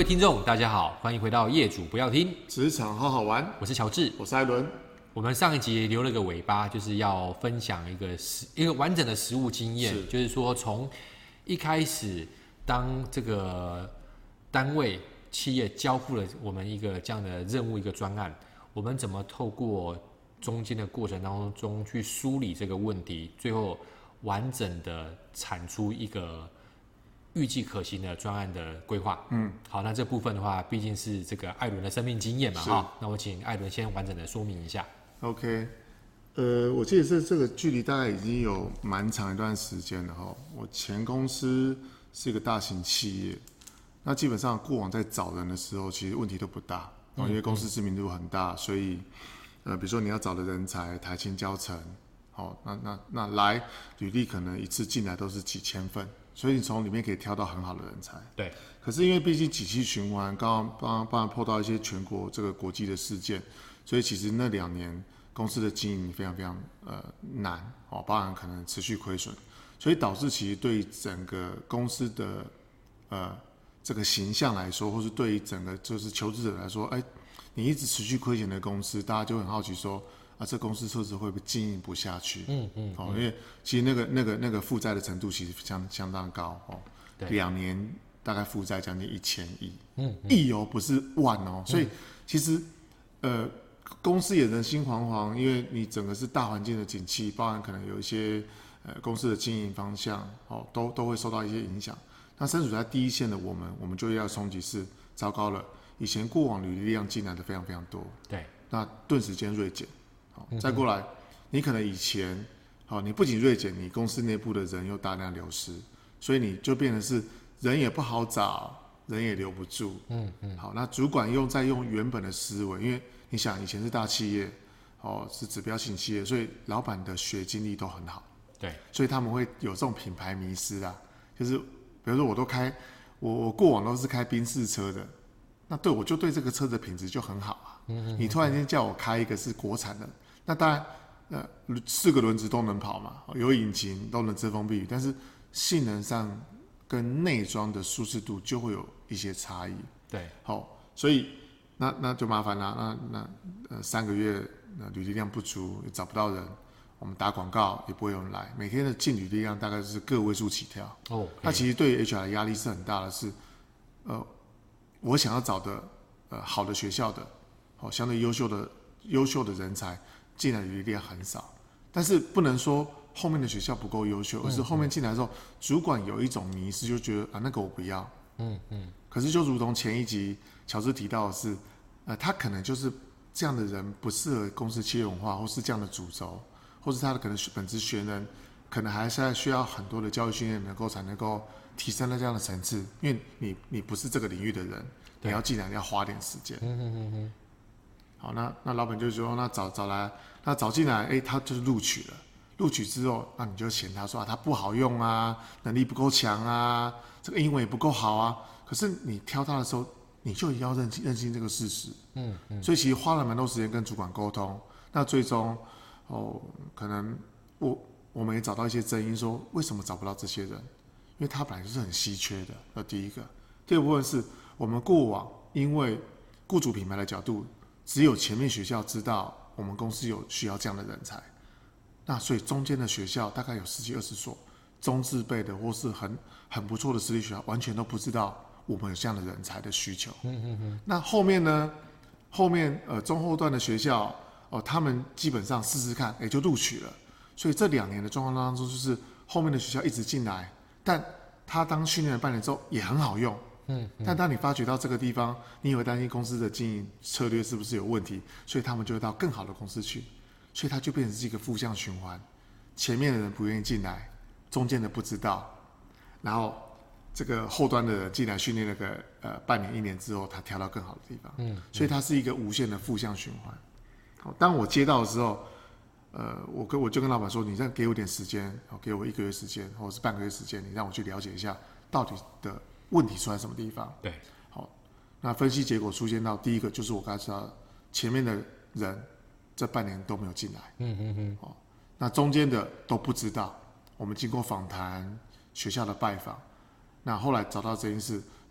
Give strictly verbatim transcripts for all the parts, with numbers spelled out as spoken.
位听众，大家好，欢迎回到业主不要听职场好好玩， 我是乔治， 我是艾伦。 我们上一集留了个尾巴，就是要分享一个实一个完整的实务经验，是就是说从一开始，当这个单位企业交付了我们一个这样的任务一个专案，我们怎么透过中间的过程当中去梳理这个问题，最后完整的产出一个预计可行的专案的规划。嗯，好，那这部分的话，毕竟是这个艾伦的生命经验嘛，哈，那我请艾伦先完整的说明一下。 OK， 呃，我记得这这个距离大概已经有蛮长一段时间了哈。我前公司是一个大型企业，那基本上过往在找人的时候，其实问题都不大，嗯、因为公司知名度很大，所以呃，比如说你要找的人才，台清交成，好，那那那来履历可能一次进来都是几千份。所以你从里面可以挑到很好的人才。 对。 可是因为毕竟景气循环，刚刚帮帮碰到一些全国这个国际的事件，所以其实那两年公司的经营非常非常呃难哦，包含可能持续亏损，所以导致其实对整个公司的呃这个形象来说，或是对于整个就是求职者来说，哎，你一直持续亏钱的公司，大家就很好奇说。啊，这公司确实会不会经营不下去？嗯嗯，哦，因为其实那个那个那个负债的程度其实相相当高哦，两年大概负债将近一千亿，嗯，亿哦，不是万哦，所以其实呃公司也人心惶惶，因为你整个是大环境的景气，包含可能有一些呃公司的经营方向哦，都都会受到一些影响。那身处在第一线的我们，我们就要冲击是糟糕了，以前过往履历量进来的非常非常多，对，那顿时间锐减。再过来，你可能以前，好，你不仅锐减，你公司内部的人又大量流失，所以你就变成是人也不好找，人也留不住。嗯嗯。好，那主管用再用原本的思维，因为你想以前是大企业，哦，是指标型企业，所以老板的学经历都很好。对。所以他们会有这种品牌迷思啦，就是比如说我都开，我我过往都是开宾士车的，那对我就对这个车的品质就很好啊。嗯嗯。你突然间叫我开一个是国产的。那当然，呃，四个轮子都能跑嘛，有引擎都能遮风避雨，但是性能上跟内装的舒适度就会有一些差异。对，好，所以那那就麻烦了，那那呃三个月呃履历量不足，也找不到人，我们打广告也不会有人来，每天的进履历量大概是个位数起跳。哦，那其实对 H R 的压力是很大的是，呃，我想要找的呃好的学校的，好、哦、相对优秀的优秀的人才。进来履历量很少，但是不能说后面的学校不够优秀，而是后面进来的时候，主管有一种迷思，就觉得啊那个我不要，嗯嗯。可是就如同前一集乔治提到的是，呃，他可能就是这样的人不适合公司企业文化，或是这样的主轴，或是他的可能本职学能，可能还是需要很多的教育训练，能够才能够提升到这样的层次，因为你你不是这个领域的人，你要进来你要花点时间。嗯嗯嗯。好，那那老板就说，那找找来，那找进来，哎，他就是录取了。录取之后，那你就嫌他说啊，他不好用啊，能力不够强啊，这个英文也不够好啊。可是你挑他的时候，你就要认清认清这个事实。嗯嗯。所以其实花了蛮多时间跟主管沟通。那最终，哦，可能我我们也找到一些真因，说为什么找不到这些人？因为他本来就是很稀缺的。那第一个，第二部分是我们过往因为雇主品牌的角度。只有前面学校知道我们公司有需要这样的人才，那所以中间的学校大概有十几二十所中字辈的或是很很不错的私立学校，完全都不知道我们有这样的人才的需求。嗯嗯嗯。那后面呢？后面呃中后段的学校哦、呃，他们基本上试试看，也就录取了。所以这两年的状况当中，就是后面的学校一直进来，但他当训练了半年之后也很好用。嗯嗯，但当你发觉到这个地方，你也会担心公司的经营策略是不是有问题，所以他们就会到更好的公司去，所以它就变成是一个负向循环。前面的人不愿意进来，中间的不知道，然后这个后端的人进来训练了个呃半年一年之后，他跳到更好的地方。嗯，所以它是一个无限的负向循环。好，当我接到的时候，呃，我跟我就跟老板说，你再给我点时间，给我一个月时间，或者是半个月时间，你让我去了解一下到底的。问题出在什么地方？对，好，那分析结果出现到第一个就是我刚才说前面的人这半年都没有进来，嗯嗯嗯，哦，那中间的都不知道。我们经过访谈、学校的拜访，那后来找到这件事，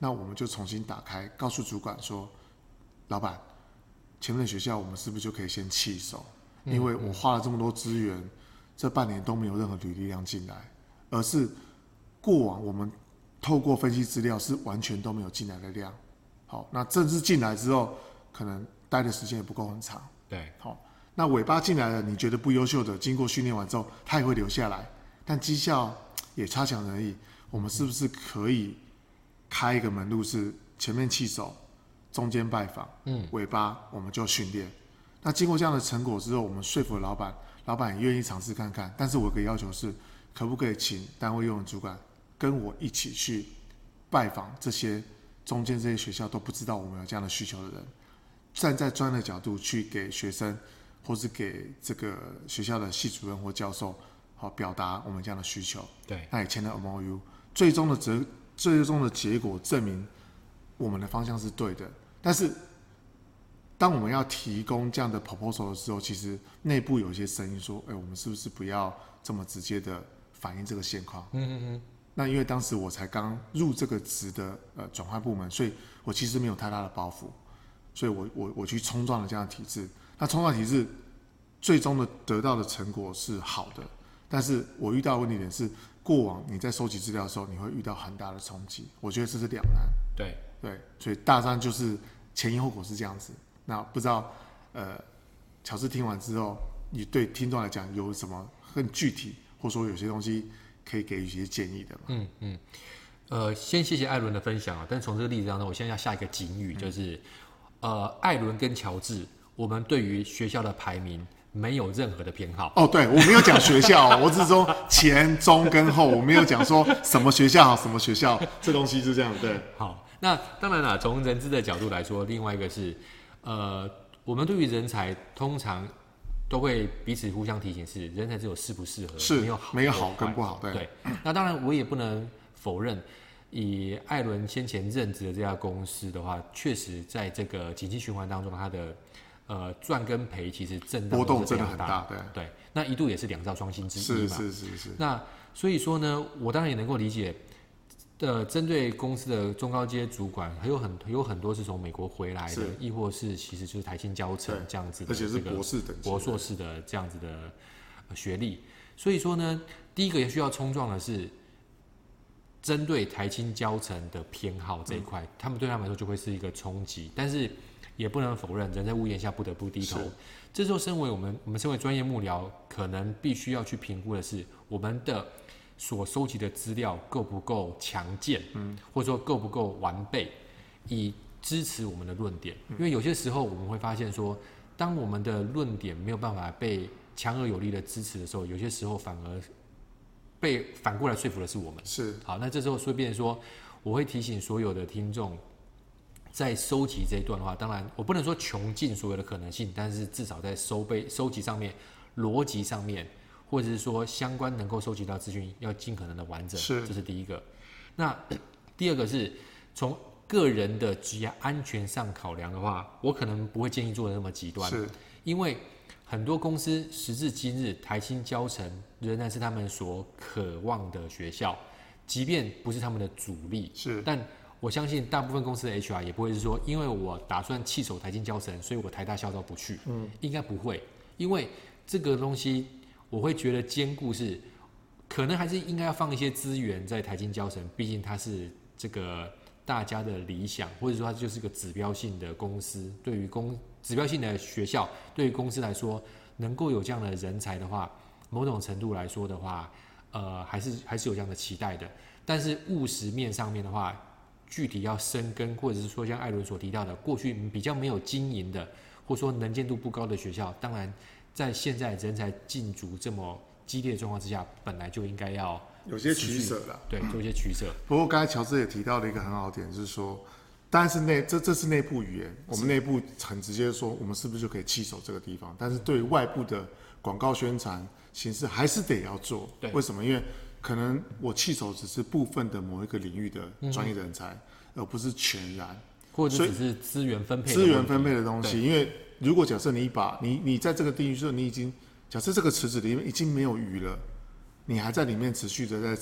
那我们就重新打开，告诉主管说，老板，前面的学校我们是不是就可以先弃守？因为我花了这么多资源，这半年都没有任何履历量进来，而是过往我们透过分析资料是完全都没有进来的量。好，那正式进来之后，可能待的时间也不够很长。 对， 好，那尾巴进来了，你觉得不优秀的，经过训练完之后，他也会留下来，但绩效也差强人意。我们是不是可以开一个门路，是前面弃守，中间拜访，嗯，尾巴我们就训练。那经过这样的成果之后，我们说服了老板，老板也愿意尝试看看。但是我有个要求是，可不可以请单位用人主管跟我一起去拜访这些中间这些学校都不知道我们有这样的需求的人，站在专业的角度去给学生或是给这个学校的系主任或教授，好表达我们这样的需求。 对， 那也签了 M O U， 最终的结最终的结果证明我们的方向是对的。但是当我们要提供这样的 proposal 的时候，其实内部有一些声音说，哎，我们是不是不要这么直接的反映这个现况？嗯嗯嗯。那因为当时我才刚入这个职的呃转换部门，所以我其实没有太大的包袱，所以我我我去冲撞了这样的体制。那冲撞体制最终的得到的成果是好的，但是我遇到的问题点是，过往你在收集资料的时候，你会遇到很大的冲击。我觉得这是两难。 对对，所以大致就是前因后果是这样子。那不知道呃，乔治听完之后，你对听众来讲有什么更具体，或者说有些东西可以给予一些建议的吗？ 嗯嗯，呃，先谢谢艾伦的分享啊。但是从这个例子当中，我现在要下一个警语，就是、嗯、呃，艾伦跟乔治，我们对于学校的排名没有任何的偏好。 哦，对，我没有讲学校，我只是说前、中跟后，我没有讲说什么学校好，什么学校，这东西是这样。对， 好，那当然了，从人资的角度来说，另外一个是。呃，我们对于人才通常都会彼此互相提醒，是人才只有适不适合， 是没有好没有好跟不好。对， 对。那当然，我也不能否认，以艾伦先前任职的这家公司的话，确实在这个景气循环当中，它的呃赚跟赔其实震荡波动真的很大。对对，那一度也是两兆双薪之一嘛。 是是是是。 那所以说呢，我当然也能够理解。呃，针对公司的中高阶主管，还有很有很多是从美国回来的，亦或是其实就是台清交成这样子的， 而且是博士等级、 博硕士的这样子的学历。所以说呢，第一个也需要冲撞的是，针对台清交成的偏好这一块、嗯，他们对他们来说就会是一个冲击。但是也不能否认，人在屋檐下不得不低头。这时候，身为我们我们身为专业幕僚，可能必须要去评估的是我们的。所收集的资料够不够强健，嗯，或者说够不够完备，以支持我们的论点。因为有些时候我们会发现说，当我们的论点没有办法被强而有力的支持的时候，有些时候反而被反过来说服的是我们。 是， 好，那这时候所以变成说，我会提醒所有的听众，在收集这一段的话，当然我不能说穷尽所有的可能性，但是至少在收备收集上面、逻辑上面。或者是说相关能够收集到资讯要尽可能的完整， 是， 这是第一个。那第二个是从个人的职业安全上考量的话，我可能不会建议做的那么极端， 是， 因为很多公司时至今日，台清交成仍然是他们所渴望的学校，即便不是他们的主力， 是， 但我相信大部分公司的 H R 也不会是说，因为我打算弃守台清交成，所以我台大校招不去，嗯，应该不会，因为这个东西。我会觉得兼顾是，可能还是应该要放一些资源在台清交成，毕竟它是这个大家的理想，或者说它就是个指标性的公司。对于公指标性的学校，对于公司来说，能够有这样的人才的话，某种程度来说的话，呃，还是还是有这样的期待的。但是务实面上面的话，具体要深耕，或者是说像艾伦所提到的，过去比较没有经营的，或者说能见度不高的学校，当然。在现在人才竞逐这么激烈的状况之下，本来就应该要有些取舍了， 对，做一些取舍。 不过刚才乔治也提到了一个很好的点，就是说，当然是内这这是内部语言，我们内部很直接说，我们是不是就可以弃守这个地方？但是对于外部的广告宣传形式，还是得要做。 对， 为什么？因为可能我弃守只是部分的某一个领域的专业人才，嗯、而不是全然， 或者只是资源分配资源分配的东西，因为。如果假设你把你你在这个地域说你已经假设这个池子里面已经没有鱼了，你还在里面持续的在找，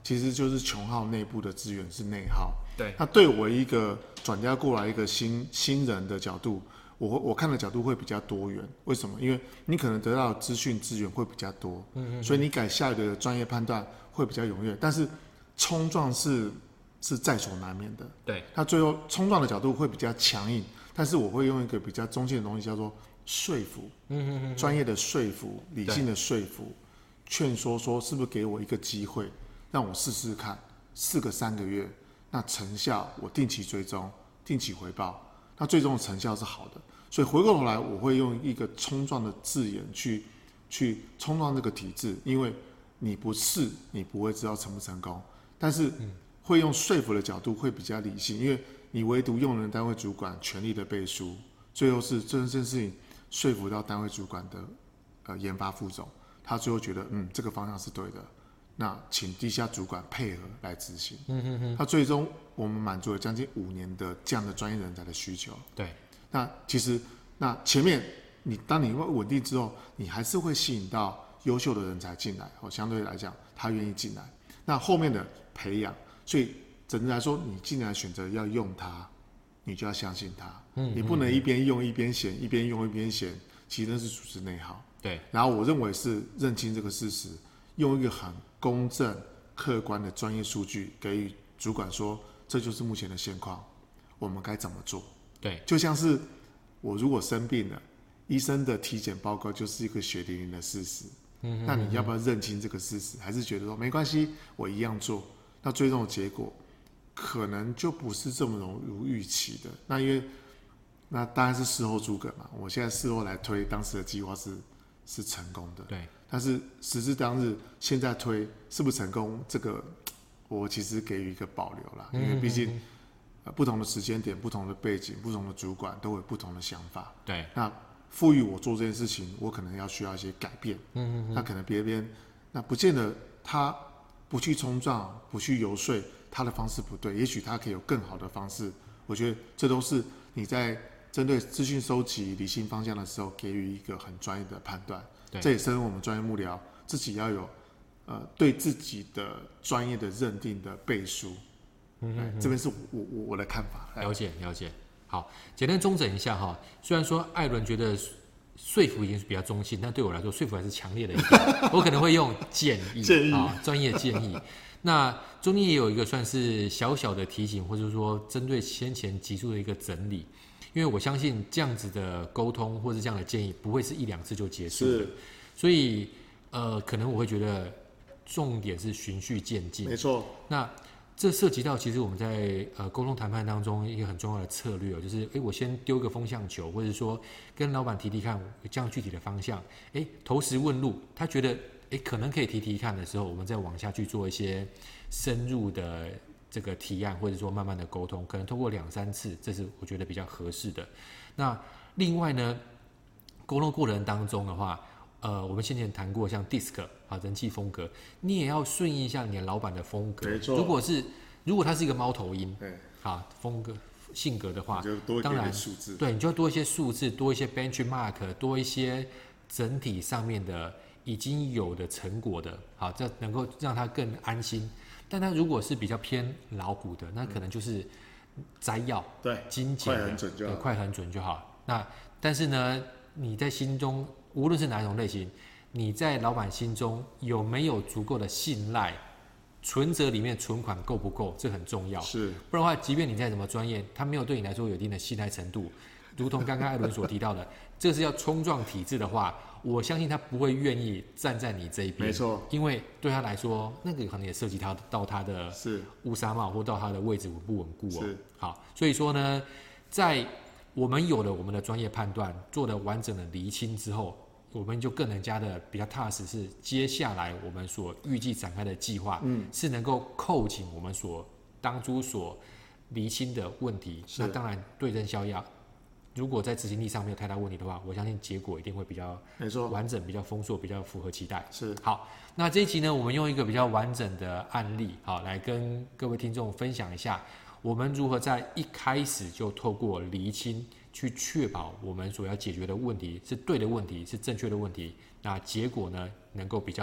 其实就是穷耗内部的资源是内耗。 对， 那对我一个转嫁过来一个新新人的角度，我我看的角度会比较多元。为什么？因为你可能得到的资讯资源会比较多，嗯嗯，所以你改下一个专业判断会比较踊跃。但是冲撞是是在所难免的。 对， 那最后冲撞的角度会比较强硬，但是我会用一个比较中性的东西叫做说服，嗯嗯嗯，专业的说服，理性的说服，劝说说是不是给我一个机会，让我试试看，试个三个月，那成效我定期追踪，定期回报，那最终的成效是好的。所以回过头来，我会用一个冲撞的字眼去去冲撞这个体制，因为你不试，你不会知道成不成功。但是会用说服的角度会比较理性，因为你唯独用人单位主管权力的背书，最后是这件事情说服到单位主管的呃研发副总，他最后觉得嗯这个方向是对的，那请地下主管配合来执行。嗯哼哼，他最终我们满足了将近五年的这样的专业人才的需求。 对。 那其实，那前面你当你稳定之后，你还是会吸引到优秀的人才进来，哦，相对来讲，他愿意进来。那后面的培养，所以整体来说，你既然选择要用它，你就要相信它。嗯，你不能一边用一边嫌，一边用一边嫌，其实那是组织内耗。 对。 然后我认为是认清这个事实，用一个很公正、客观的专业数据给予主管说，这就是目前的现况，我们该怎么做。 对， 就像是我如果生病了，医生的体检报告就是一个血淋淋的事实。嗯哼嗯哼，那你要不要认清这个事实？还是觉得说没关系，我一样做？那最终的结果可能就不是这么如预期的。那因为那当然是事后诸葛嘛。我现在事后来推当时的计划是是成功的， 对。 但是时至当日，现在推是不是成功？这个我其实给予一个保留啦，因为毕竟。呃，不同的时间点、不同的背景、不同的主管都有不同的想法。 对， 那赋予我做这件事情，我可能要需要一些改变。嗯嗯嗯。那可能别边，那不见得他不去冲撞、不去游说，他的方式不对，也许他可以有更好的方式。我觉得这都是你在针对资讯收集、理性方向的时候，给予一个很专业的判断。 对， 这也是我们专业幕僚自己要有呃对自己的专业的认定的背书。嗯，这边是我我我的看法。 了解了解。好，简单中整一下哈。虽然说艾伦觉得说服已经是比较中性，但对我来说说服还是强烈的一点。我可能会用建议， 建议啊，专业建议。那中间也有一个算是小小的提醒，或者说针对先前集数的一个整理。因为我相信这样子的沟通或是这样的建议不会是一两次就结束的，所以呃，可能我会觉得重点是循序渐进。 没错。 那这涉及到其实我们在呃沟通谈判当中一个很重要的策略，就是哎，我先丢个风向球，或者说跟老板提提看这样具体的方向，哎，投石问路，他觉得哎可能可以提提看的时候，我们再往下去做一些深入的这个提案，或者说慢慢的沟通，可能通过两三次，这是我觉得比较合适的。那另外呢，沟通过程当中的话，呃，我们先前谈过像 D I S C 啊，人际风格，你也要顺应一下你的老板的风格。 没错。 如果是如果他是一个猫头鹰，对，啊，风格性格的话， 就多一点数字。 对，你就要多一些数字，多一些 benchmark， 多一些整体上面的已经有的成果的，好，这能够让他更安心。但他如果是比较偏老虎的，那可能就是摘要、 对， 精简的， 快很准就好， 对，快很准就好。那但是呢，你在心中，无论是哪一种类型，你在老板心中有没有足够的信赖？存折里面存款够不够？这很重要。 是， 不然的话，即便你再怎么专业，他没有对你来说有一定的信赖程度，如同刚刚艾伦所提到的，这是要冲撞体制的话，我相信他不会愿意站在你这一边。 没错， 因为对他来说，那个可能也涉及他到他的乌纱帽或到他的位置稳不稳固哦。 是， 好，所以说呢，在我们有了我们的专业判断，做了完整的厘清之后，我们就更能加的比较踏实，是接下来我们所预计展开的计划，嗯，是能够扣紧我们所当初所厘清的问题。那当然对症下药，如果在执行力上没有太大问题的话，我相信结果一定会比较完整、比较丰硕、比较符合期待。 是。 好，那这一集呢，我们用一个比较完整的案例，好，来跟各位听众分享一下，我们如何在一开始就透过厘清，去确保我们所要解决的问题是对的问题，是正确的问题，那结果呢能够比较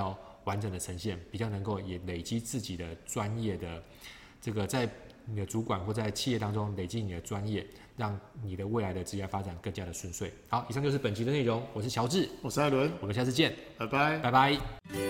完整的呈现，比较能够也累积自己的专业的这个在你的主管或在企业当中累积你的专业，让你的未来的职业发展更加的顺遂。好，以上就是本期的内容，我是乔治， 我是艾伦， 我们下次见， 拜拜， 拜拜。